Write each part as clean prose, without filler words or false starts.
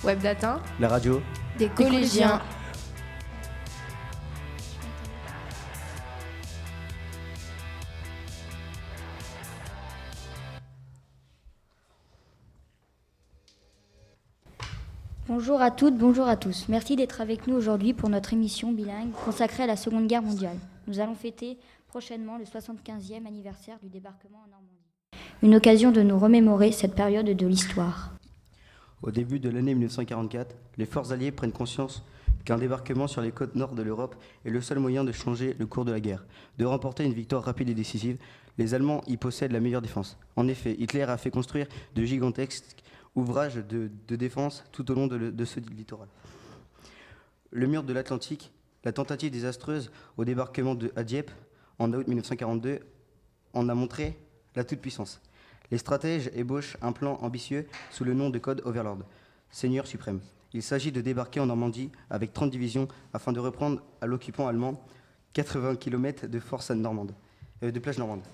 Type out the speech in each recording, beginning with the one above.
Webdata, la radio, des collégiens. Bonjour à toutes, bonjour à tous. Merci d'être avec nous aujourd'hui pour notre émission bilingue consacrée à la Seconde Guerre mondiale. Nous allons fêter prochainement le 75e anniversaire du débarquement en Normandie. Une occasion de nous remémorer cette période de l'histoire. Au début de l'année 1944, les forces alliées prennent conscience qu'un débarquement sur les côtes nord de l'Europe est le seul moyen de changer le cours de la guerre, de remporter une victoire rapide et décisive. Les Allemands y possèdent la meilleure défense. En effet, Hitler a fait construire de gigantesques ouvrages de défense tout au long de ce littoral. Le mur de l'Atlantique, la tentative désastreuse au débarquement à Dieppe en août 1942 en a montré la toute-puissance. Les stratèges ébauchent un plan ambitieux sous le nom de Code Overlord, Seigneur suprême. Il s'agit de débarquer en Normandie avec 30 divisions afin de reprendre à l'occupant allemand 80 km de de plage normande.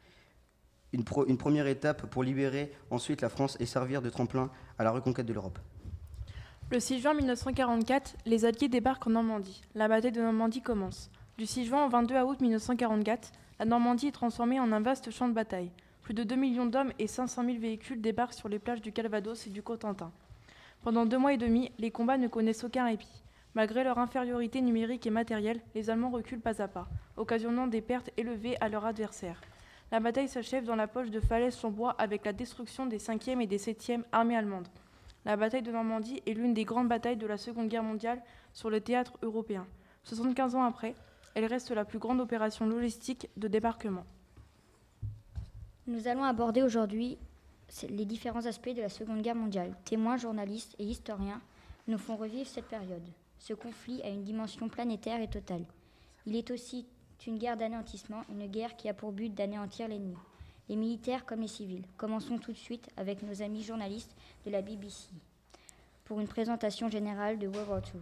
Une première étape pour libérer ensuite la France et servir de tremplin à la reconquête de l'Europe. Le 6 juin 1944, les Alliés débarquent en Normandie. La bataille de Normandie commence. Du 6 juin au 22 août 1944, la Normandie est transformée en un vaste champ de bataille. Plus de 2 millions d'hommes et 500 000 véhicules débarquent sur les plages du Calvados et du Cotentin. Pendant 2 mois et demi, les combats ne connaissent aucun répit. Malgré leur infériorité numérique et matérielle, les Allemands reculent pas à pas, occasionnant des pertes élevées à leurs adversaires. La bataille s'achève dans la poche de Falaise-sur-Bois avec la destruction des 5e et des 7e armées allemandes. La bataille de Normandie est l'une des grandes batailles de la Seconde Guerre mondiale sur le théâtre européen. 75 ans après, elle reste la plus grande opération logistique de débarquement. Nous allons aborder aujourd'hui les différents aspects de la Seconde Guerre mondiale. Témoins, journalistes et historiens nous font revivre cette période. Ce conflit a une dimension planétaire et totale. Il est aussi une guerre d'anéantissement, une guerre qui a pour but d'anéantir l'ennemi, les militaires comme les civils. Commençons tout de suite avec nos amis journalistes de la BBC pour une présentation générale de World War II.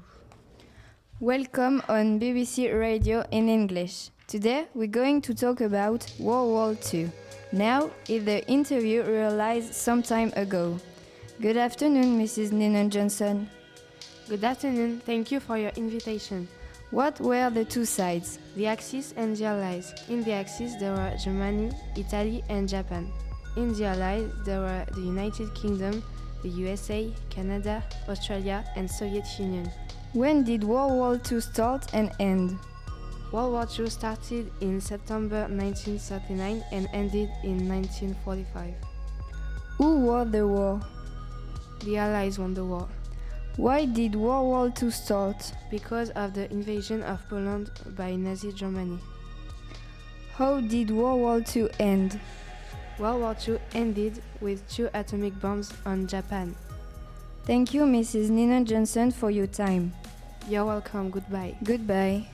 Welcome on BBC Radio in English. Today we're going to talk about World War II. Now is the interview realized some time ago. Good afternoon, Mrs. Nina Johnson. Good afternoon, thank you for your invitation. What were the two sides? The Axis and the Allies. In the Axis there were Germany, Italy and Japan. In the Allies there were the United Kingdom, the USA, Canada, Australia and Soviet Union. When did World War II start and end? World War II started in September 1939 and ended in 1945. Who won the war? The Allies won the war. Why did World War II start? Because of the invasion of Poland by Nazi Germany. How did World War II end? World War II ended with 2 atomic bombs on Japan. Thank you, Mrs. Nina Johnson, for your time. You're welcome. Goodbye. Goodbye.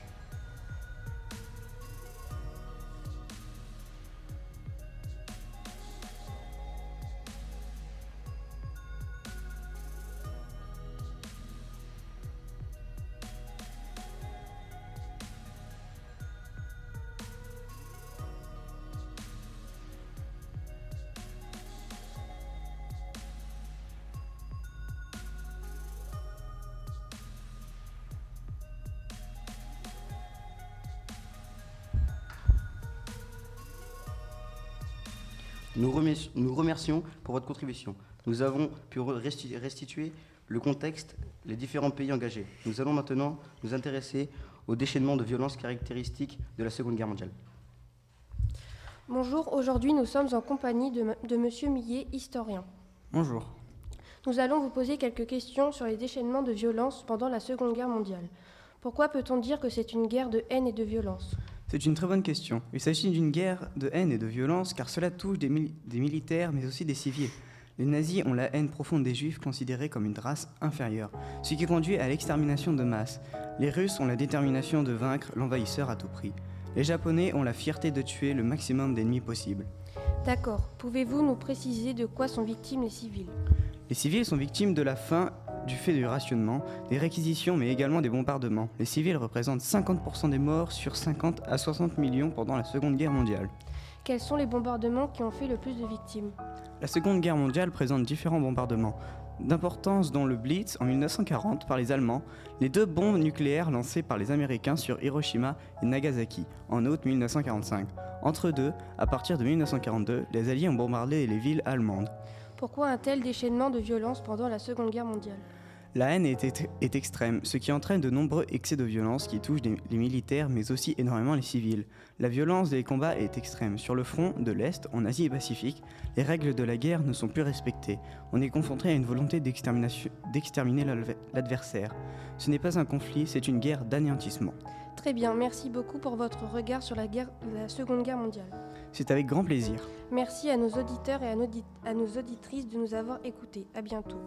Nous remercions pour votre contribution. Nous avons pu restituer le contexte, les différents pays engagés. Nous allons maintenant nous intéresser au déchaînement de violence caractéristique de la Seconde Guerre mondiale. Bonjour, aujourd'hui nous sommes en compagnie de Monsieur Millet, historien. Bonjour. Nous allons vous poser quelques questions sur les déchaînements de violence pendant la Seconde Guerre mondiale. Pourquoi peut-on dire que c'est une guerre de haine et de violence ? C'est une très bonne question. Il s'agit d'une guerre de haine et de violence car cela touche des militaires mais aussi des civils. Les nazis ont la haine profonde des juifs considérés comme une race inférieure, ce qui conduit à l'extermination de masse. Les Russes ont la détermination de vaincre l'envahisseur à tout prix. Les Japonais ont la fierté de tuer le maximum d'ennemis possible. D'accord. Pouvez-vous nous préciser de quoi sont victimes les civils ? Les civils sont victimes de la faim du fait du rationnement, des réquisitions mais également des bombardements. Les civils représentent 50% des morts sur 50 à 60 millions pendant la Seconde Guerre mondiale. Quels sont les bombardements qui ont fait le plus de victimes ? La Seconde Guerre mondiale présente différents bombardements. d'importance dans le Blitz en 1940 par les Allemands, les 2 bombes nucléaires lancées par les Américains sur Hiroshima et Nagasaki en août 1945. Entre deux, à partir de 1942, les Alliés ont bombardé les villes allemandes. Pourquoi un tel déchaînement de violence pendant la Seconde Guerre mondiale? La haine est extrême, ce qui entraîne de nombreux excès de violence qui touchent les militaires mais aussi énormément les civils. La violence des combats est extrême. Sur le front de l'Est, en Asie et Pacifique, les règles de la guerre ne sont plus respectées. On est confronté à une volonté d'exterminer l'adversaire. Ce n'est pas un conflit, c'est une guerre d'anéantissement. Très bien, merci beaucoup pour votre regard sur la Seconde Guerre mondiale. C'est avec grand plaisir. Merci à nos auditeurs et à nos auditrices de nous avoir écoutés. À bientôt.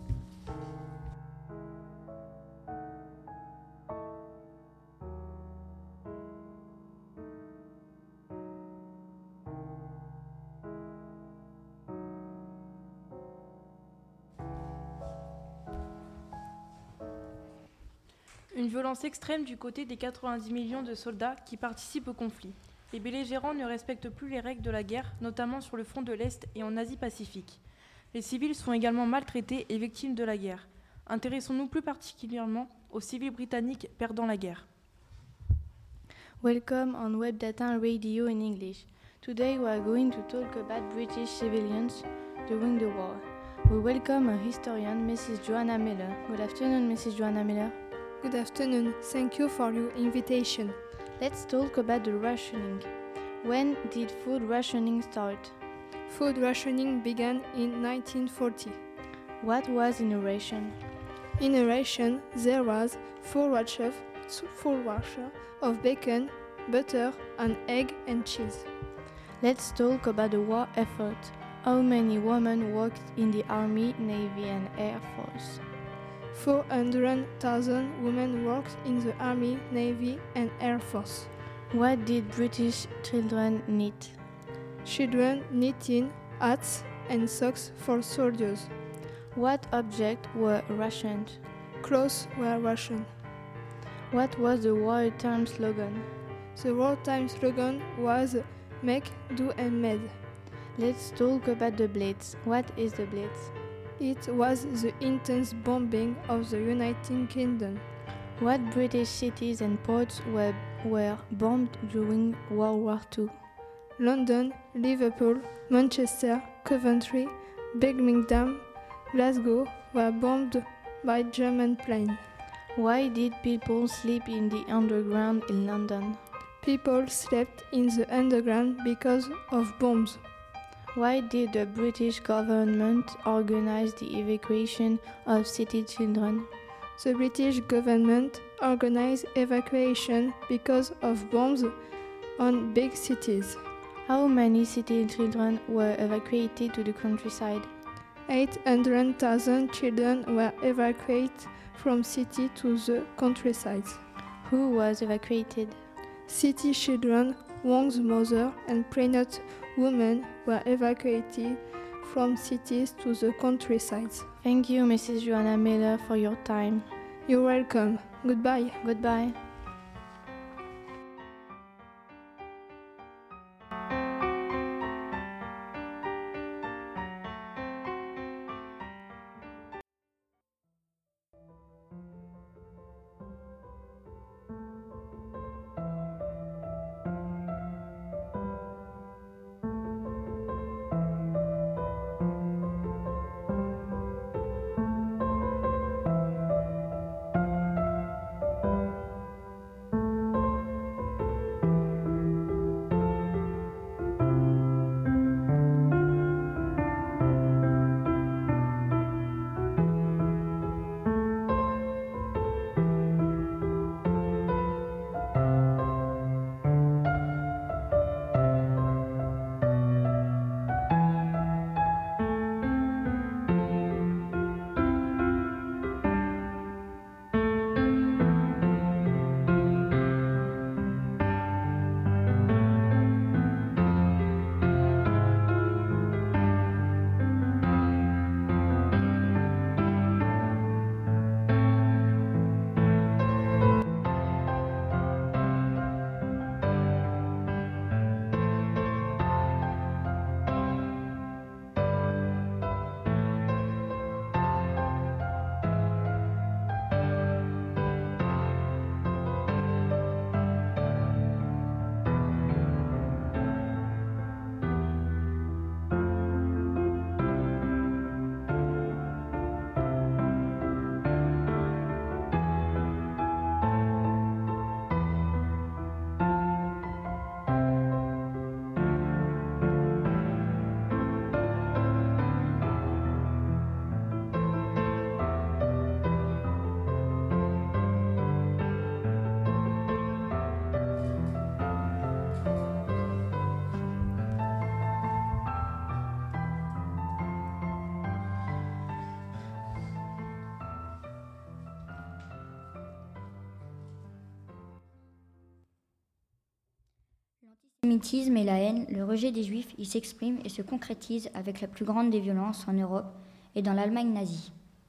Une violence extrême du côté des 90 millions de soldats qui participent au conflit. Les belligérants ne respectent plus les règles de la guerre, notamment sur le front de l'Est et en Asie-Pacifique. Les civils sont également maltraités et victimes de la guerre. Intéressons-nous plus particulièrement aux civils britanniques perdant la guerre. Welcome on Web Data Radio in English. Today we are going to talk about British civilians during the war. We welcome a historian, Mrs. Joanna Miller. Good afternoon, Mrs. Joanna Miller. Good afternoon. Thank you for your invitation. Let's talk about the rationing. When did food rationing start? Food rationing began in 1940. What was in a ration? In a ration, there was full rasher of bacon, butter, an egg and cheese. Let's talk about the war effort. How many women worked in the Army, Navy and Air Force? 400,000 women worked in the Army, Navy and Air Force. What did British children knit? Children knitting hats and socks for soldiers. What objects were rationed? Clothes were rationed. What was the wartime slogan? The wartime slogan was "Make, Do and Made." Let's talk about the Blitz. What is the Blitz? It was the intense bombing of the United Kingdom. What British cities and ports were bombed during World War II? London, Liverpool, Manchester, Coventry, Birmingham, Glasgow were bombed by German planes. Why did people sleep in the underground in London? People slept in the underground because of bombs. Why did the British government organize the evacuation of city children? The British government organized evacuation because of bombs on big cities. How many city children were evacuated to the countryside? 800,000 children were evacuated from city to the countryside. Who was evacuated? City children, young mothers and pregnant women were evacuated from cities to the countryside. Thank you, Mrs. Joanna Miller, for your time. You're welcome. Goodbye. Goodbye. L'antisémitisme et la haine, le rejet des Juifs, ils s'expriment et se concrétisent avec la plus grande des violences en Europe et dans l'Allemagne nazie.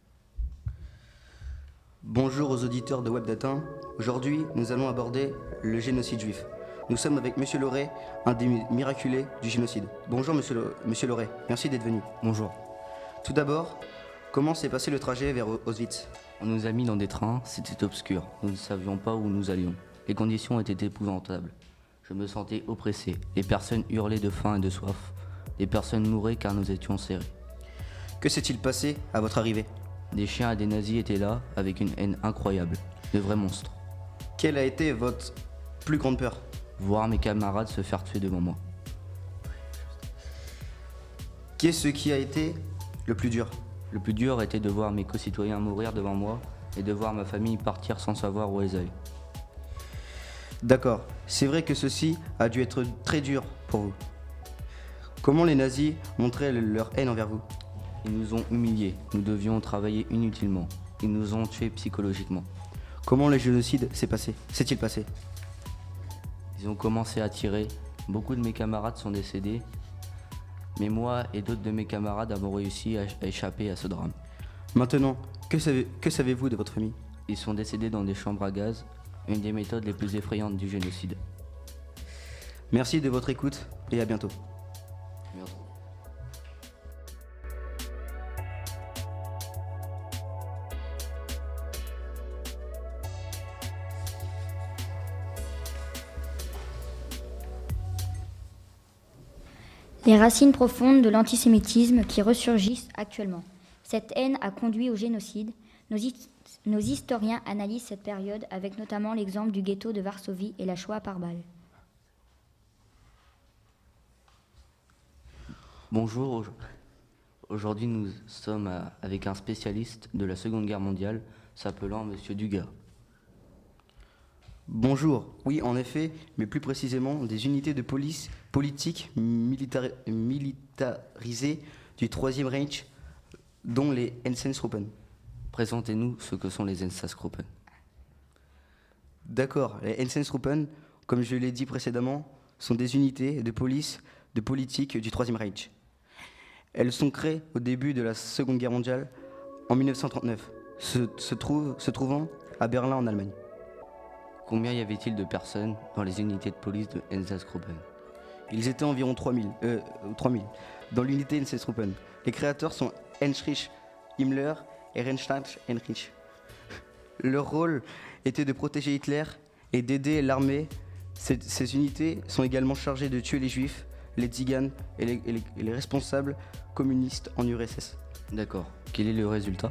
Bonjour aux auditeurs de WebData. Aujourd'hui, nous allons aborder le génocide juif. Nous sommes avec Monsieur Lauré, un des miraculés du génocide. Bonjour Monsieur Lauré, merci d'être venu. Bonjour. Tout d'abord, comment s'est passé le trajet vers Auschwitz? On nous a mis dans des trains, c'était obscur. Nous ne savions pas où nous allions. Les conditions étaient épouvantables. Je me sentais oppressé. Les personnes hurlaient de faim et de soif. Les personnes mouraient car nous étions serrés. Que s'est-il passé à votre arrivée? Des chiens et des nazis étaient là, avec une haine incroyable. De vrais monstres. Quelle a été votre plus grande peur? Voir mes camarades se faire tuer devant moi. Qu'est-ce qui a été le plus dur? Le plus dur était de voir mes concitoyens mourir devant moi et de voir ma famille partir sans savoir où elles allaient. D'accord, c'est vrai que ceci a dû être très dur pour vous. Comment les nazis montraient leur haine envers vous? Ils nous ont humiliés, nous devions travailler inutilement. Ils nous ont tués psychologiquement. Comment le génocide s'est-il passé? Ils ont commencé à tirer. Beaucoup de mes camarades sont décédés. Mais moi et d'autres de mes camarades avons réussi à échapper à ce drame. Maintenant, que savez-vous de votre famille? Ils sont décédés dans des chambres à gaz, une des méthodes les plus effrayantes du génocide. Merci de votre écoute et à bientôt. Merci. Les racines profondes de l'antisémitisme qui ressurgissent actuellement. Cette haine a conduit au génocide. Nos historiens analysent cette période avec notamment l'exemple du ghetto de Varsovie et la Shoah par balle. Bonjour, aujourd'hui nous sommes avec un spécialiste de la Seconde Guerre mondiale s'appelant Monsieur Dugas. Bonjour, oui en effet, mais plus précisément des unités de police politique militarisées du Troisième Reich, dont les Einsatzgruppen. Présentez-nous ce que sont les Einsatzgruppen. D'accord, les Einsatzgruppen, comme je l'ai dit précédemment, sont des unités de police de politique du Troisième Reich. Elles sont créées au début de la Seconde Guerre mondiale en 1939, se trouvant à Berlin en Allemagne. Combien y avait-il de personnes dans les unités de police de Einsatzgruppen? Ils étaient environ 3000 dans l'unité Einsatzgruppen. Les créateurs sont Heinrich Himmler et Reinhard Heinrich. Leur rôle était de protéger Hitler et d'aider l'armée. Ces unités sont également chargées de tuer les juifs, les tziganes et les responsables communistes en URSS. D'accord. Quel est le résultat?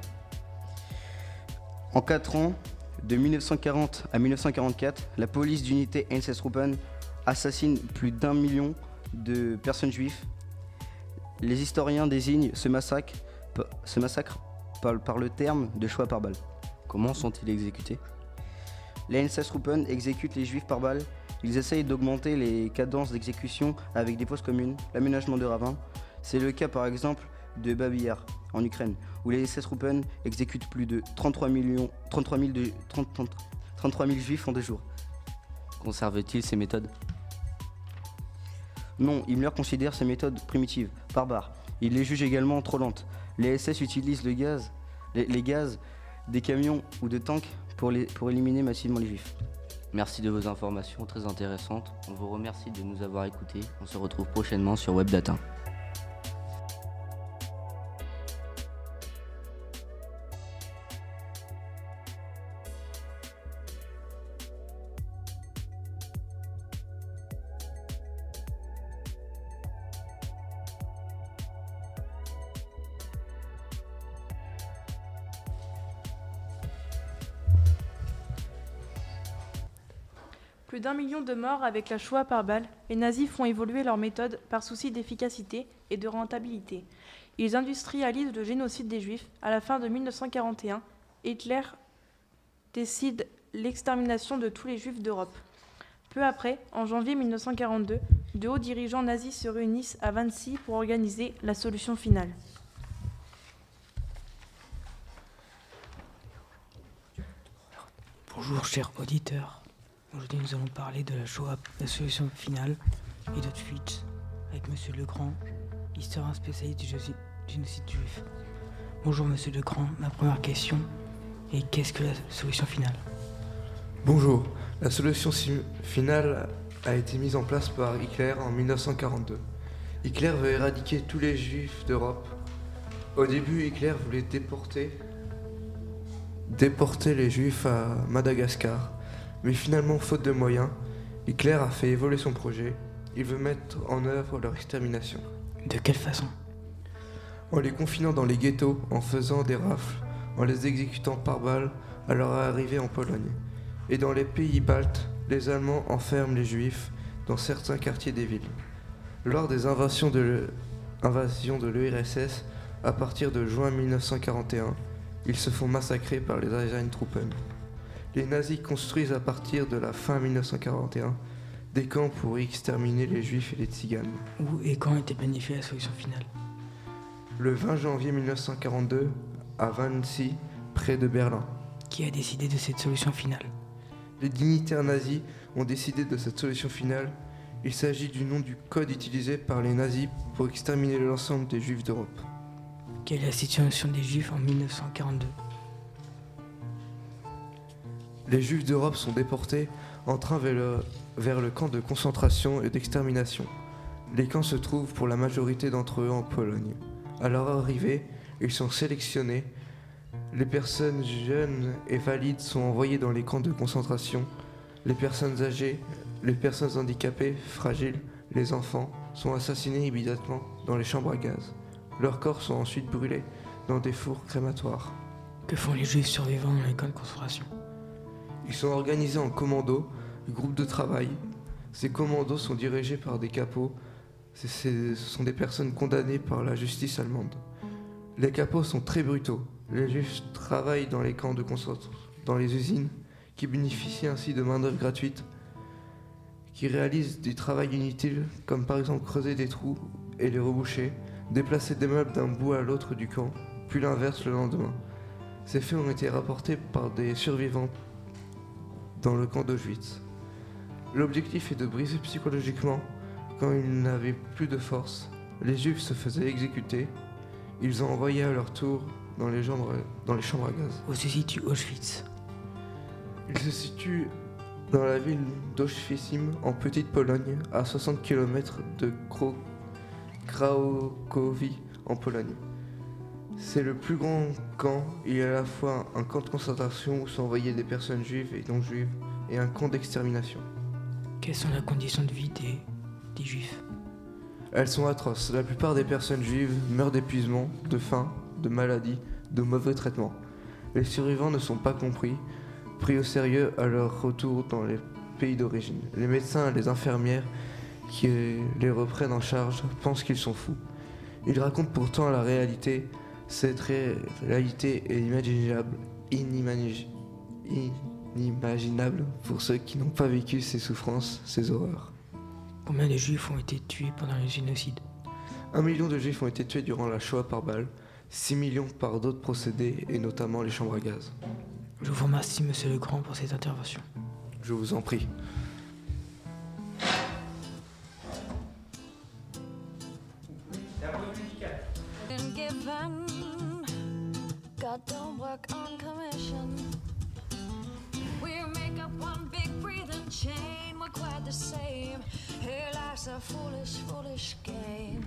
En 4 ans, de 1940 à 1944, la police d'unité Einsatzgruppen assassine plus d'1 million de personnes juives. Les historiens désignent ce massacre par le terme de Shoah par balle. Comment sont-ils exécutés? Les Einsatzgruppen exécutent les juifs par balle. Ils essayent d'augmenter les cadences d'exécution avec des fosses communes, l'aménagement de ravins. C'est le cas par exemple de Babi Yar en Ukraine, où les Einsatzgruppen exécutent plus de 33 000 juifs en 2 jours. Conserve-t-il ces méthodes? Non, Himmler considère ces méthodes primitives, barbares. Il les juge également trop lentes. Les SS utilisent les gaz des camions ou de tanks pour éliminer massivement les juifs. Merci de vos informations très intéressantes. On vous remercie de nous avoir écoutés. On se retrouve prochainement sur WebData. Plus d'1 million de morts avec la Shoah par balle, les nazis font évoluer leurs méthodes par souci d'efficacité et de rentabilité. Ils industrialisent le génocide des Juifs. À la fin de 1941, Hitler décide l'extermination de tous les Juifs d'Europe. Peu après, en janvier 1942, de hauts dirigeants nazis se réunissent à Wannsee pour organiser la solution finale. Bonjour chers auditeurs, aujourd'hui nous allons parler de la Shoah, la solution finale. et d'Auschwitz avec Monsieur Legrand, historien spécialiste du génocide juif. Bonjour Monsieur Legrand, ma première question est qu'est-ce que la solution finale? Bonjour, la solution finale a été mise en place par Hitler en 1942. Hitler veut éradiquer tous les juifs d'Europe. Au début, Hitler voulait déporter les juifs à Madagascar. Mais finalement, faute de moyens, Hitler a fait évoluer son projet. Il veut mettre en œuvre leur extermination. De quelle façon? En les confinant dans les ghettos, en faisant des rafles, en les exécutant par balles à leur arrivée en Pologne. Et dans les pays baltes, les Allemands enferment les Juifs dans certains quartiers des villes. Lors des invasions de l'URSS, à partir de juin 1941, ils se font massacrer par les Einsatzgruppen. Les nazis construisent à partir de la fin 1941 des camps pour exterminer les Juifs et les Tziganes. Où et quand était planifiée la solution finale? Le 20 janvier 1942, à Wannsee, près de Berlin. Qui a décidé de cette solution finale? Les dignitaires nazis ont décidé de cette solution finale. Il s'agit du nom du code utilisé par les nazis pour exterminer l'ensemble des Juifs d'Europe. Quelle est la situation des Juifs en 1942? Les Juifs d'Europe sont déportés en train vers le camp de concentration et d'extermination. Les camps se trouvent pour la majorité d'entre eux en Pologne. À leur arrivée, ils sont sélectionnés. Les personnes jeunes et valides sont envoyées dans les camps de concentration. Les personnes âgées, les personnes handicapées, fragiles, les enfants sont assassinés immédiatement dans les chambres à gaz. Leurs corps sont ensuite brûlés dans des fours crématoires. Que font les Juifs survivants dans les camps de concentration? Ils sont organisés en commandos, groupes de travail. Ces commandos sont dirigés par des capots. Ce sont des personnes condamnées par la justice allemande. Les capots sont très brutaux. Les Juifs travaillent dans les camps de concentration, dans les usines, qui bénéficient ainsi de main-d'œuvre gratuite, qui réalisent du travail inutile, comme par exemple creuser des trous et les reboucher, déplacer des meubles d'un bout à l'autre du camp, puis l'inverse le lendemain. Ces faits ont été rapportés par des survivants dans le camp d'Auschwitz. L'objectif est de briser psychologiquement quand ils n'avaient plus de force. Les Juifs se faisaient exécuter. Ils ont envoyé à leur tour dans les chambres à gaz. Où se situe Auschwitz? Il se situe dans la ville d'Auschwitz, en Petite Pologne, à 60 km de Cracovie, en Pologne. C'est le plus grand camp. Il est à la fois un camp de concentration où sont envoyées des personnes juives et non juives, et un camp d'extermination. Quelles sont les conditions de vie des Juifs? Elles sont atroces. La plupart des personnes juives meurent d'épuisement, de faim, de maladie, de mauvais traitements. Les survivants ne sont pas compris, pris au sérieux à leur retour dans les pays d'origine. Les médecins et les infirmières qui les reprennent en charge pensent qu'ils sont fous. Ils racontent pourtant la réalité. Cette réalité est inimaginable pour ceux qui n'ont pas vécu ces souffrances, ces horreurs. Combien de Juifs ont été tués pendant le génocide? 1 million de Juifs ont été tués durant la Shoah par balle, 6 millions par d'autres procédés et notamment les chambres à gaz. Je vous remercie Monsieur Legrand pour cette intervention. Je vous en prie. God don't work on commission. We make up one big breathing chain. We're quite the same. Hey, life's a foolish, foolish game.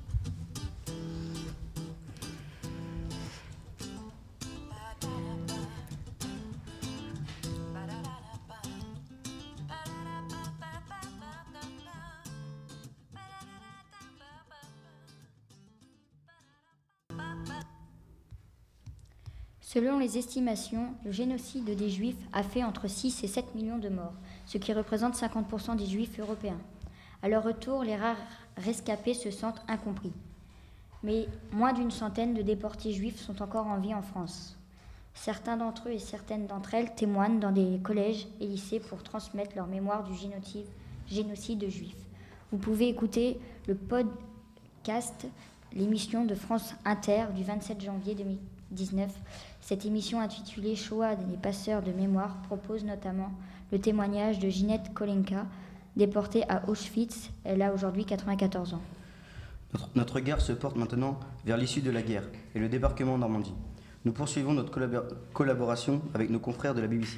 Selon les estimations, le génocide des Juifs a fait entre 6 et 7 millions de morts, ce qui représente 50% des Juifs européens. À leur retour, les rares rescapés se sentent incompris. Mais moins d'une centaine de déportés juifs sont encore en vie en France. Certains d'entre eux et certaines d'entre elles témoignent dans des collèges et lycées pour transmettre leur mémoire du génocide juif. Vous pouvez écouter le podcast, l'émission de France Inter du 27 janvier 2019. Cette émission intitulée Shoah des passeurs de mémoire propose notamment le témoignage de Ginette Kolenka, Déportée à Auschwitz, elle a aujourd'hui 94 ans. Notre regard se porte maintenant vers l'issue de la guerre et le débarquement en Normandie. Nous poursuivons notre collaboration avec nos confrères de la BBC.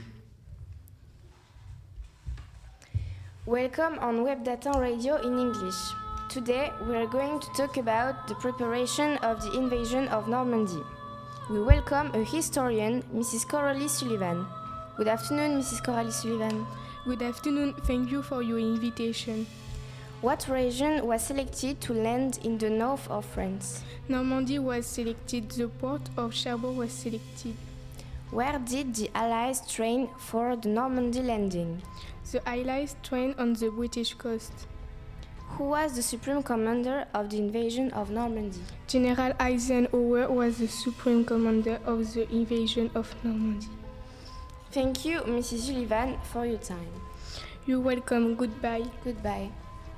Welcome on Webdata Radio in English. Today we are going to talk about the preparation of the invasion of Normandy. We welcome a historian, Mrs. Coralie Sullivan. Good afternoon, Mrs. Coralie Sullivan. Good afternoon, thank you for your invitation. What region was selected to land in the north of France? Normandy was selected, the port of Cherbourg was selected. Where did the Allies train for the Normandy landing? The Allies trained on the British coast. Who was the supreme commander of the invasion of Normandy? General Eisenhower was the supreme commander of the invasion of Normandy. Thank you, Mrs. Sullivan, for your time. You're welcome. Goodbye. Goodbye.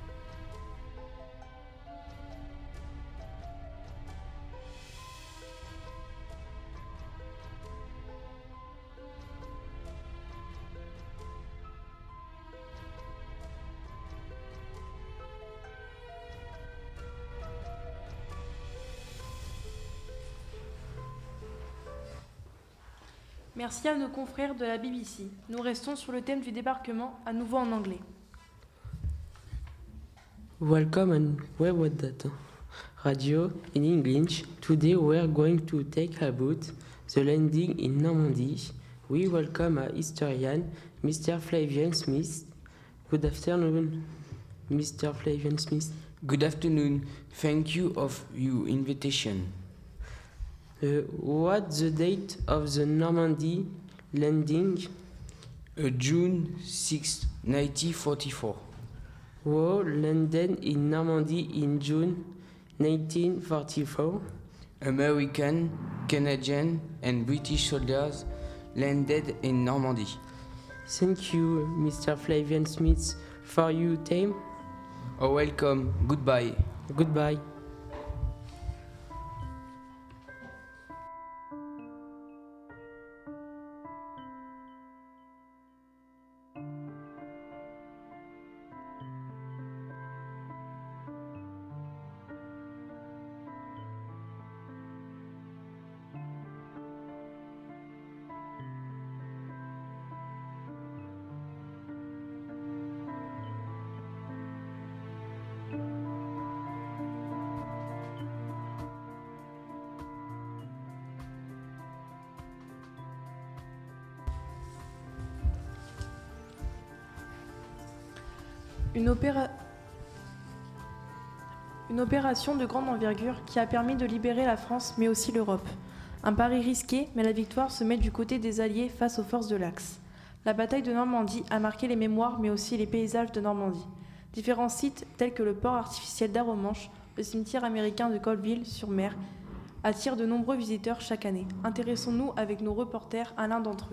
Merci à nos confrères de la BBC. Nous restons sur le thème du débarquement, à nouveau en anglais. Welcome on Webdata Radio in English. Today we are going to talk about the landing in Normandy. We welcome our historian, Mr. Flavian Smith. Good afternoon, Mr. Flavian Smith. Good afternoon. Thank you of your invitation. What's the date of the Normandy landing? June 6, 1944. Who landed in Normandy in June 1944? American, Canadian, and British soldiers landed in Normandy. Thank you, Mr. Flavian Smith, for your time. Oh, welcome. Goodbye. Goodbye. Une opération de grande envergure qui a permis de libérer la France mais aussi l'Europe. Un pari risqué, mais la victoire se met du côté des Alliés face aux forces de l'Axe. La bataille de Normandie a marqué les mémoires mais aussi les paysages de Normandie. Différents sites tels que le port artificiel d'Arromanches, le cimetière américain de Colville-sur-Mer attirent de nombreux visiteurs chaque année. Intéressons-nous avec nos reporters à l'un d'entre eux.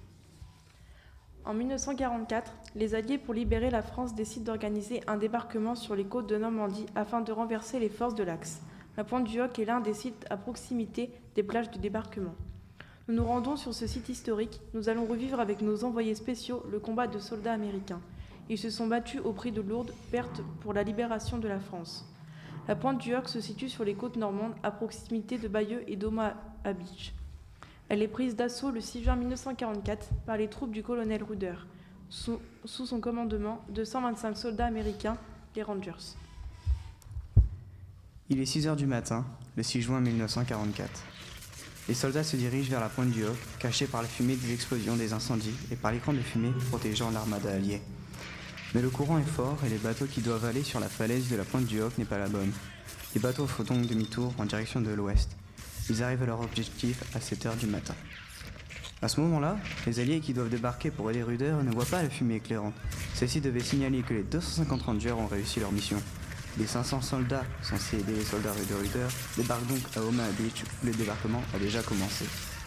En 1944, les Alliés, pour libérer la France, décident d'organiser un débarquement sur les côtes de Normandie afin de renverser les forces de l'Axe. La Pointe du Hoc est l'un des sites à proximité des plages de débarquement. Nous nous rendons sur ce site historique. Nous allons revivre avec nos envoyés spéciaux le combat de soldats américains. Ils se sont battus au prix de lourdes pertes pour la libération de la France. La Pointe du Hoc se situe sur les côtes normandes, à proximité de Bayeux et d'Omaha Beach. Elle est prise d'assaut le 6 juin 1944 par les troupes du colonel Ruder, sous son commandement de 125 soldats américains, les Rangers. Il est 6 heures du matin, le 6 juin 1944. Les soldats se dirigent vers la Pointe du Hoc, cachés par la fumée des explosions des incendies et par l'écran de fumée protégeant l'armada alliée. Mais le courant est fort et les bateaux qui doivent aller sur la falaise de la Pointe du Hoc n'est pas la bonne. Les bateaux font donc demi-tour en direction de l'ouest. Ils arrivent à leur objectif à 7 heures du matin. À ce moment-là, les Alliés qui doivent débarquer pour aider Ruder ne voient pas la fumée éclairante. Celle-ci devait signaler que les 250 Rangers ont réussi leur mission. Les 500 soldats censés aider les soldats de Ruder débarquent donc à Omaha Beach où le débarquement a déjà commencé.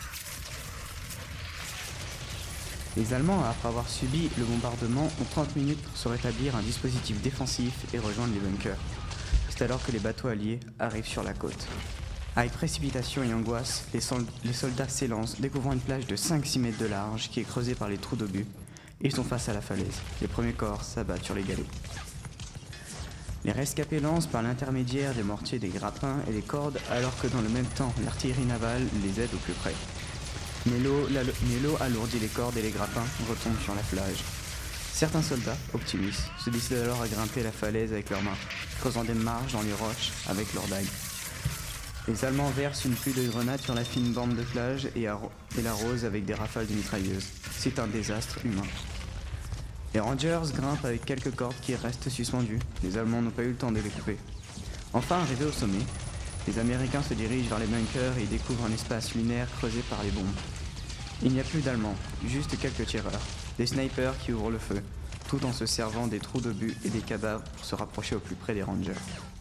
Les Allemands, après avoir subi le bombardement, ont 30 minutes pour se rétablir un dispositif défensif et rejoindre les bunkers. C'est alors que les bateaux alliés arrivent sur la côte. Avec précipitation et angoisse, les soldats s'élancent, découvrant une plage de 5-6 mètres de large qui est creusée par les trous d'obus. Ils sont face à la falaise. Les premiers corps s'abattent sur les galets. Les rescapés lancent par l'intermédiaire des mortiers des grappins et des cordes, alors que dans le même temps, l'artillerie navale les aide au plus près. Mais l'eau alourdit les cordes et les grappins retombent sur la plage. Certains soldats, optimistes, se décident alors à grimper la falaise avec leurs mains, creusant des marges dans les roches avec leurs dagues. Les Allemands versent une pluie de grenades sur la fine bande de plage et l'arrosent avec des rafales de mitrailleuses. C'est un désastre humain. Les Rangers grimpent avec quelques cordes qui restent suspendues. Les Allemands n'ont pas eu le temps de les couper. Enfin, arrivés au sommet, les Américains se dirigent vers les bunkers et y découvrent un espace lunaire creusé par les bombes. Il n'y a plus d'Allemands, juste quelques tireurs, des snipers qui ouvrent le feu, tout en se servant des trous d'obus et des cadavres pour se rapprocher au plus près des Rangers.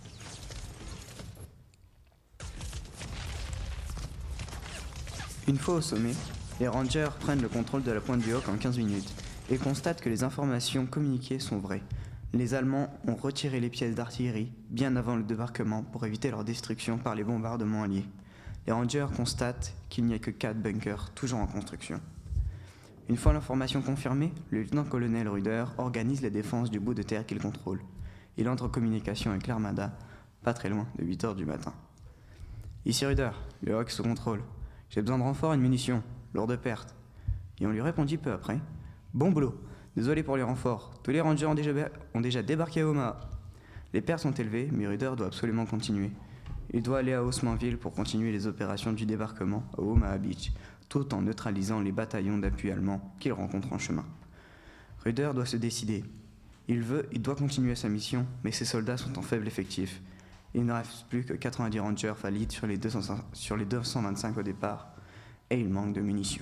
Une fois au sommet, les Rangers prennent le contrôle de la pointe du Hawk en 15 minutes et constatent que les informations communiquées sont vraies. Les Allemands ont retiré les pièces d'artillerie bien avant le débarquement pour éviter leur destruction par les bombardements alliés. Les Rangers constatent qu'il n'y a que 4 bunkers toujours en construction. Une fois l'information confirmée, le lieutenant-colonel Ruder organise la défense du bout de terre qu'il contrôle. Il entre en communication avec l'Armada, pas très loin de 8h du matin. Ici Ruder, le Hawk sous contrôle. J'ai besoin de renforts et de munitions, lourde perte. Et on lui répondit peu après. Bon boulot, désolé pour les renforts, tous les Rangers ont déjà débarqué à Omaha. Les pertes sont élevées, mais Ruder doit absolument continuer. Il doit aller à Haussmanville pour continuer les opérations du débarquement à Omaha Beach, tout en neutralisant les bataillons d'appui allemands qu'il rencontre en chemin. Ruder doit se décider. Il doit continuer sa mission, mais ses soldats sont en faible effectif. Il ne reste plus que 90 Rangers valides sur les 225 au départ, et il manque de munitions.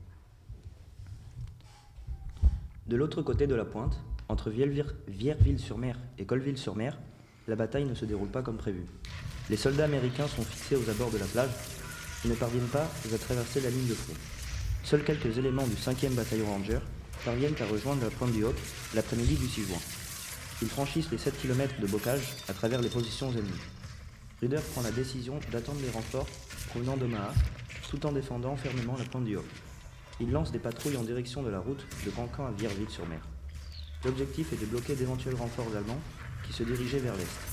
De l'autre côté de la pointe, entre Vierville-sur-Mer et Colville-sur-Mer, la bataille ne se déroule pas comme prévu. Les soldats américains sont fixés aux abords de la plage et ne parviennent pas à traverser la ligne de front. Seuls quelques éléments du 5e bataillon Ranger parviennent à rejoindre la pointe du Hawk l'après-midi du 6 juin. Ils franchissent les 7 km de bocage à travers les positions ennemies. Ruder prend la décision d'attendre les renforts provenant d'Omaha, tout en défendant fermement la pointe du Hawk. Il lance des patrouilles en direction de la route de Cancun à Vierville-sur-Mer. L'objectif est de bloquer d'éventuels renforts allemands qui se dirigeaient vers l'est.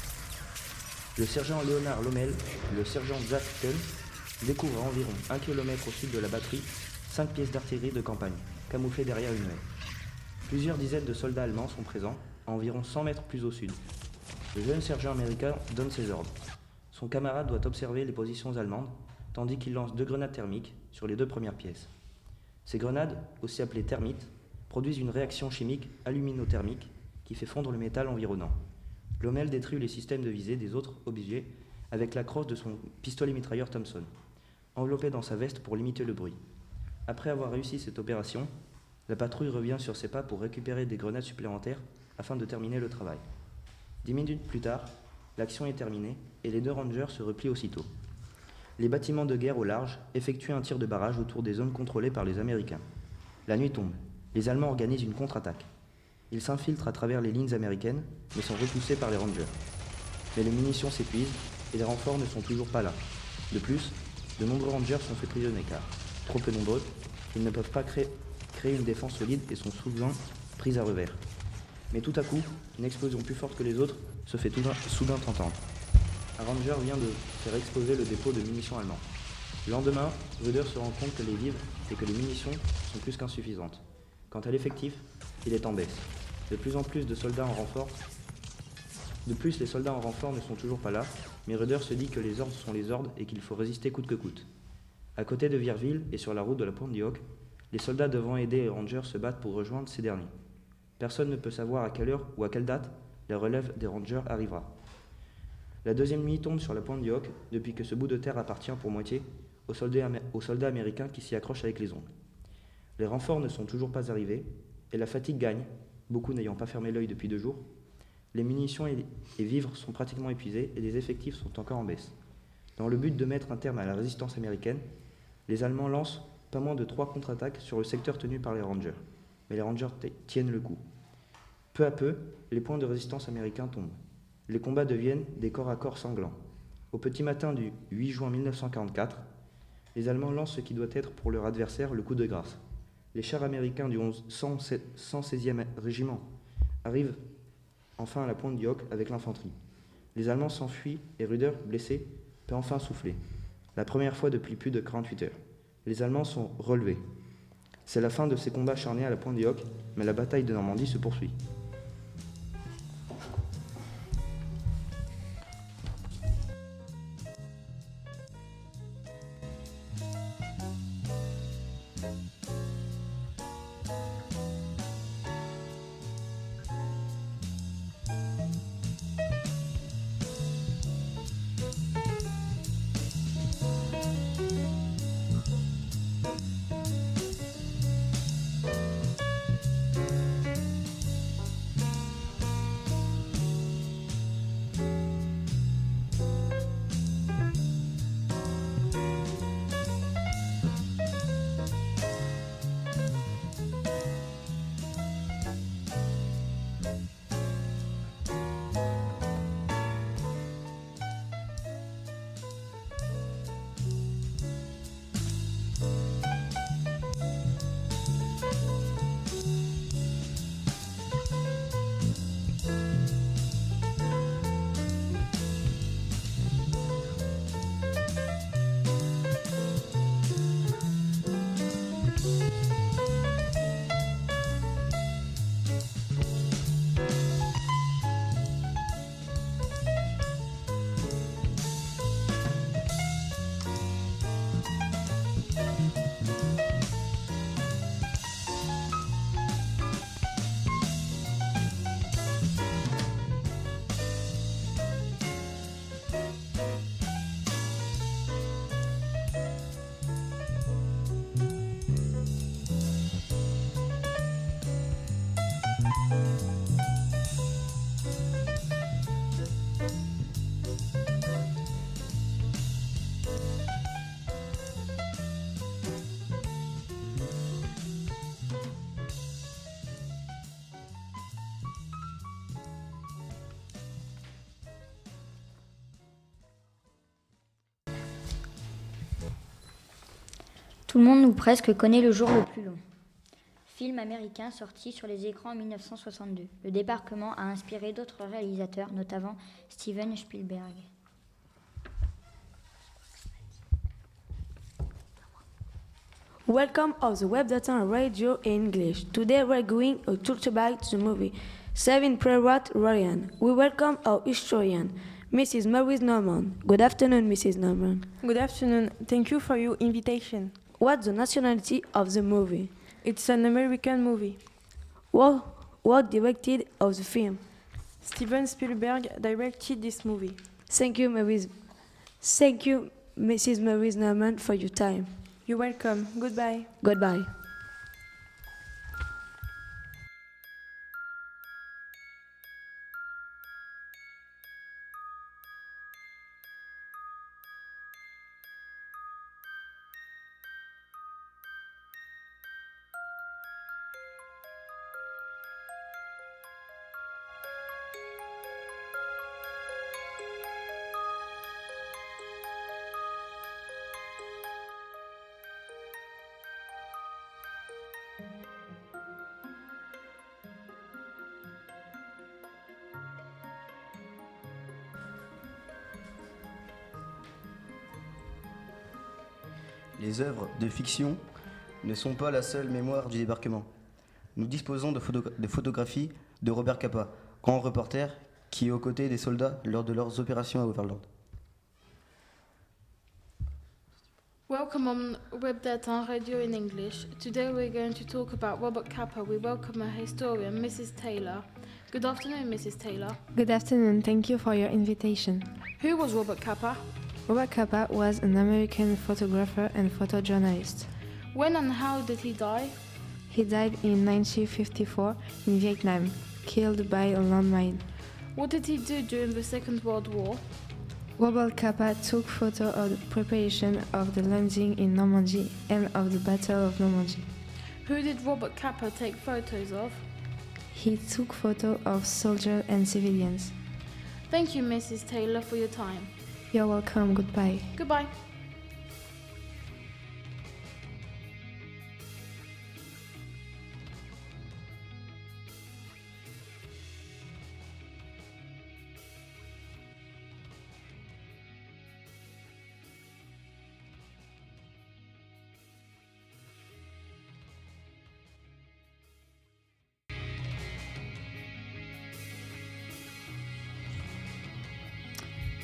Le sergent Leonard Lommel et le sergent Zach Kuhn découvrent à environ 1 km au sud de la batterie 5 pièces d'artillerie de campagne, camouflées derrière une haie. Plusieurs dizaines de soldats allemands sont présents, à environ 100 mètres plus au sud. Le jeune sergent américain donne ses ordres. Son camarade doit observer les positions allemandes, tandis qu'il lance 2 grenades thermiques sur les 2 premières pièces. Ces grenades, aussi appelées thermites, produisent une réaction chimique aluminothermique qui fait fondre le métal environnant. Lommel détruit les systèmes de visée des autres objets avec la crosse de son pistolet mitrailleur Thompson, enveloppé dans sa veste pour limiter le bruit. Après avoir réussi cette opération, la patrouille revient sur ses pas pour récupérer des grenades supplémentaires afin de terminer le travail. 10 minutes plus tard, l'action est terminée et les 2 Rangers se replient aussitôt. Les bâtiments de guerre au large effectuent un tir de barrage autour des zones contrôlées par les Américains. La nuit tombe. Les Allemands organisent une contre-attaque. Ils s'infiltrent à travers les lignes américaines, mais sont repoussés par les Rangers. Mais les munitions s'épuisent et les renforts ne sont toujours pas là. De plus, de nombreux Rangers sont faits prisonniers car, trop peu nombreux, ils ne peuvent pas créer une défense solide et sont souvent pris à revers. Mais tout à coup, une explosion plus forte que les autres se fait soudain entendre. Un Ranger vient de faire exploser le dépôt de munitions allemand. Le lendemain, Ruder se rend compte que les vivres et que les munitions sont plus qu'insuffisantes. Quant à l'effectif, il est en baisse. De plus en plus de soldats en renfort. De plus, les soldats en renfort ne sont toujours pas là, mais Ruder se dit que les ordres sont les ordres et qu'il faut résister coûte que coûte. À côté de Vierville et sur la route de la pointe du Hawk, les soldats devant aider les Rangers se battent pour rejoindre ces derniers. Personne ne peut savoir à quelle heure ou à quelle date la relève des Rangers arrivera. La deuxième nuit tombe sur la pointe du Hawk, depuis que ce bout de terre appartient pour moitié aux soldats américains qui s'y accrochent avec les ongles. Les renforts ne sont toujours pas arrivés, et la fatigue gagne, beaucoup n'ayant pas fermé l'œil depuis 2 jours. Les munitions et vivres sont pratiquement épuisés et les effectifs sont encore en baisse. Dans le but de mettre un terme à la résistance américaine, les Allemands lancent pas moins de 3 contre-attaques sur le secteur tenu par les Rangers. Mais les Rangers tiennent le coup. Peu à peu, les points de résistance américains tombent. Les combats deviennent des corps à corps sanglants. Au petit matin du 8 juin 1944, les Allemands lancent ce qui doit être pour leur adversaire le coup de grâce. Les chars américains du 116e régiment arrivent enfin à la pointe du Hoc avec l'infanterie. Les Allemands s'enfuient et Rüder, blessé, peut enfin souffler. La première fois depuis plus de 48 heures. Les Allemands sont relevés. C'est la fin de ces combats acharnés à la pointe du Hoc, mais la bataille de Normandie se poursuit. Tout le monde ou presque connaît Le jour le plus long. Film américain sorti sur les écrans en 1962. Le débarquement a inspiré d'autres réalisateurs, notamment Steven Spielberg. Welcome of the Web Data Radio English. Today we're going to talk about the movie Saving Private Ryan. We welcome our historian, Mrs. Maurice Norman. Good afternoon, Mrs. Norman. Good afternoon. Thank you for your invitation. What's the nationality of the movie? It's an American movie. What directed of the film? Steven Spielberg directed this movie. Thank you, Mrs. Maurice Norman, for your time. You're welcome. Goodbye. Goodbye. Les œuvres de fiction ne sont pas la seule mémoire du débarquement. Nous disposons de photographies de Robert Capa, grand reporter qui est aux côtés des soldats lors de leurs opérations à Overlord. Welcome on Web Data Radio in English. Today we're going to talk about Robert Capa. We welcome a historian, Mrs. Taylor. Good afternoon, Mrs. Taylor. Good afternoon. Thank you for your invitation. Who was Robert Capa? Robert Capa was an American photographer and photojournalist. When and how did he die? He died in 1954 in Vietnam, killed by a landmine. What did he do during the Second World War? Robert Capa took photos of the preparation of the landing in Normandy and of the Battle of Normandy. Who did Robert Capa take photos of? He took photos of soldiers and civilians. Thank you, Mrs. Taylor, for your time. You're welcome. Goodbye. Goodbye.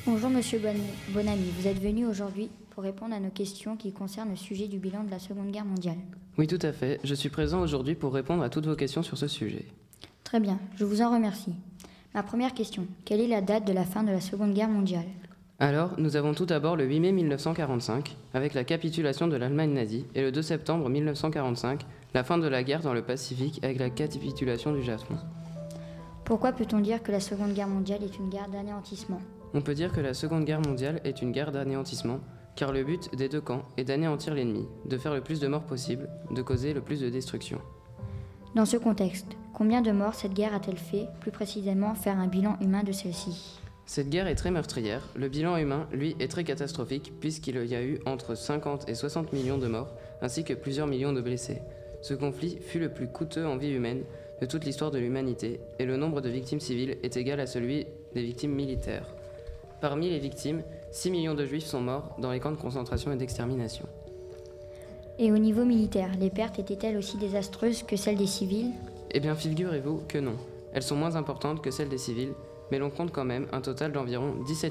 Bonjour Monsieur Bonamy, vous êtes venu aujourd'hui pour répondre à nos questions qui concernent le sujet du bilan de la Seconde Guerre mondiale. Oui, tout à fait. Je suis présent aujourd'hui pour répondre à toutes vos questions sur ce sujet. Très bien, je vous en remercie. Ma première question, quelle est la date de la fin de la Seconde Guerre mondiale ? Alors, nous avons tout d'abord le 8 mai 1945, avec la capitulation de l'Allemagne nazie, et le 2 septembre 1945, la fin de la guerre dans le Pacifique avec la capitulation du Japon. Pourquoi peut-on dire que la Seconde Guerre mondiale est une guerre d'anéantissement ? On peut dire que la Seconde Guerre mondiale est une guerre d'anéantissement, car le but des deux camps est d'anéantir l'ennemi, de faire le plus de morts possible, de causer le plus de destruction. Dans ce contexte, combien de morts cette guerre a-t-elle fait, plus précisément faire un bilan humain de celle-ci ? Cette guerre est très meurtrière. Le bilan humain, lui, est très catastrophique puisqu'il y a eu entre 50 et 60 millions de morts, ainsi que plusieurs millions de blessés. Ce conflit fut le plus coûteux en vie humaine de toute l'histoire de l'humanité, et le nombre de victimes civiles est égal à celui des victimes militaires. Parmi les victimes, 6 millions de juifs sont morts dans les camps de concentration et d'extermination. Et au niveau militaire, les pertes étaient-elles aussi désastreuses que celles des civils ? Eh bien, figurez-vous que non. Elles sont moins importantes que celles des civils, mais l'on compte quand même un total d'environ 17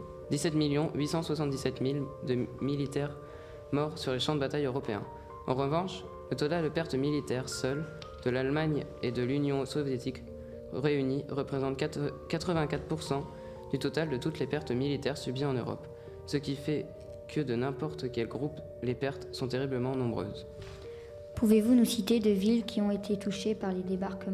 877 000 de militaires morts sur les champs de bataille européens. En revanche, le total de pertes militaires seules de l'Allemagne et de l'Union soviétique réunies représente 84% du total de toutes les pertes militaires subies en Europe, ce qui fait que de n'importe quel groupe, les pertes sont terriblement nombreuses. Pouvez-vous nous citer de villes qui ont été touchées par les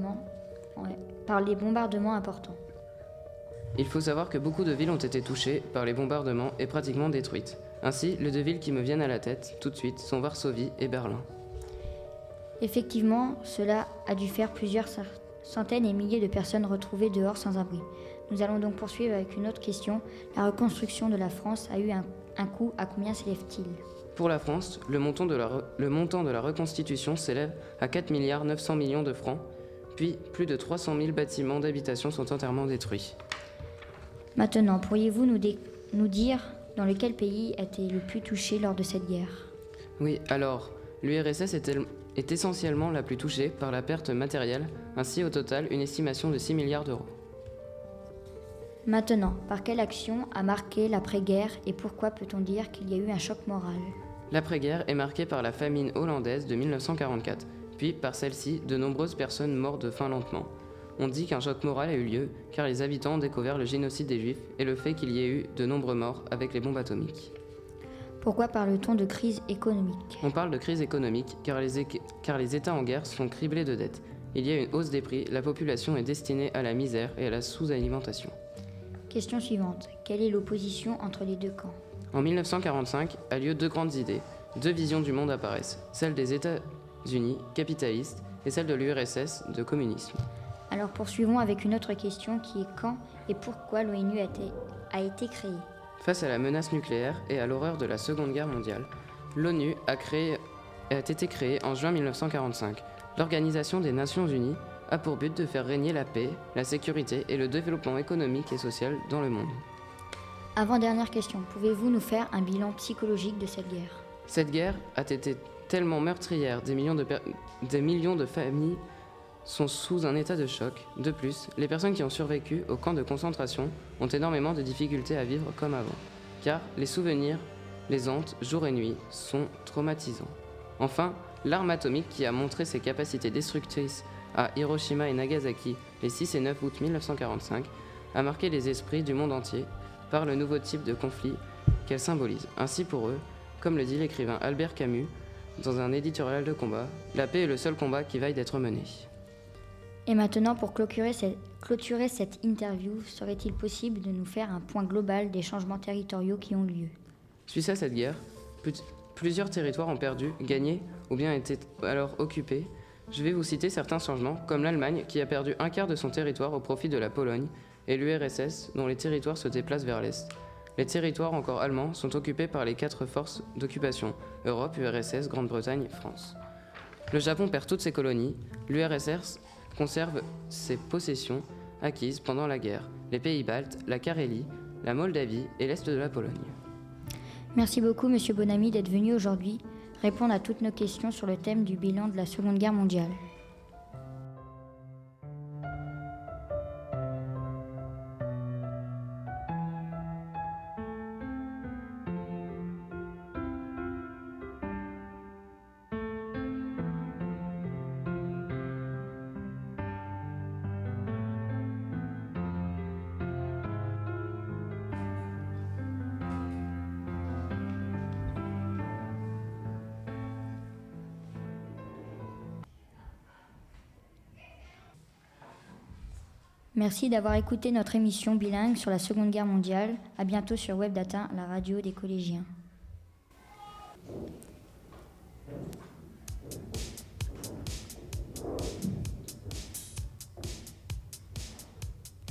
bombardements importants ? Il faut savoir que beaucoup de villes ont été touchées par les bombardements et pratiquement détruites. Ainsi, les deux villes qui me viennent à la tête tout de suite sont Varsovie et Berlin. Effectivement, cela a dû faire plusieurs centaines et milliers de personnes retrouvées dehors sans abri. Nous allons donc poursuivre avec une autre question. La reconstruction de la France a eu un coût, à combien s'élève-t-il ? Pour la France, le montant de la reconstitution s'élève à 4 900 millions de francs, puis plus de 300 000 bâtiments d'habitation sont entièrement détruits. Maintenant, pourriez-vous nous dire dans lequel pays a été le plus touché lors de cette guerre ? Oui, alors, l'URSS est essentiellement la plus touchée par la perte matérielle, ainsi au total une estimation de 6 milliards d'euros. Maintenant, par quelle action a marqué l'après-guerre et pourquoi peut-on dire qu'il y a eu un choc moral ? L'après-guerre est marquée par la famine hollandaise de 1944, puis par celle-ci, de nombreuses personnes mortes de faim lentement. On dit qu'un choc moral a eu lieu car les habitants ont découvert le génocide des Juifs et le fait qu'il y ait eu de nombreux morts avec les bombes atomiques. Pourquoi parle-t-on de crise économique ? On parle de crise économique car les États en guerre sont criblés de dettes. Il y a une hausse des prix, la population est destinée à la misère et à la sous-alimentation. Question suivante. Quelle est l'opposition entre les deux camps ? En 1945 a lieu deux grandes idées. Deux visions du monde apparaissent, celle des États-Unis capitalistes et celle de l'URSS de communisme. Alors poursuivons avec une autre question qui est quand et pourquoi l'ONU a été créée ? Face à la menace nucléaire et à l'horreur de la Seconde Guerre mondiale, l'ONU a été créée en juin 1945. L'Organisation des Nations Unies a pour but de faire régner la paix, la sécurité et le développement économique et social dans le monde. Avant-dernière question, pouvez-vous nous faire un bilan psychologique de cette guerre ? Cette guerre a été tellement meurtrière, des millions de familles sont sous un état de choc. De plus, les personnes qui ont survécu au camp de concentration ont énormément de difficultés à vivre comme avant, car les souvenirs les hantent jour et nuit, sont traumatisants. Enfin, l'arme atomique qui a montré ses capacités destructrices à Hiroshima et Nagasaki les 6 et 9 août 1945 a marqué les esprits du monde entier par le nouveau type de conflit qu'elle symbolise. Ainsi pour eux, comme le dit l'écrivain Albert Camus dans un éditorial de combat, la paix est le seul combat qui vaille d'être mené. Et maintenant, pour clôturer cette interview, serait-il possible de nous faire un point global des changements territoriaux qui ont lieu ? Suite à cette guerre, plusieurs territoires ont perdu, gagné ou bien été alors occupés. Je vais vous citer certains changements, comme l'Allemagne qui a perdu un quart de son territoire au profit de la Pologne, et l'URSS dont les territoires se déplacent vers l'Est. Les territoires encore allemands sont occupés par les 4 forces d'occupation, Europe, URSS, Grande-Bretagne, France. Le Japon perd toutes ses colonies, l'URSS conserve ses possessions acquises pendant la guerre, les pays baltes, la Carélie, la Moldavie et l'Est de la Pologne. Merci beaucoup, Monsieur Bonamy, d'être venu aujourd'hui répondre à toutes nos questions sur le thème du bilan de la Seconde Guerre mondiale. Merci d'avoir écouté notre émission bilingue sur la Seconde Guerre mondiale. À bientôt sur Webdata, la radio des collégiens.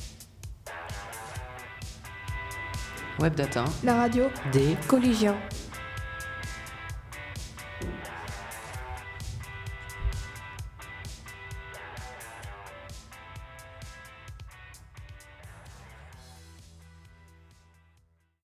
Webdata, La radio des collégiens.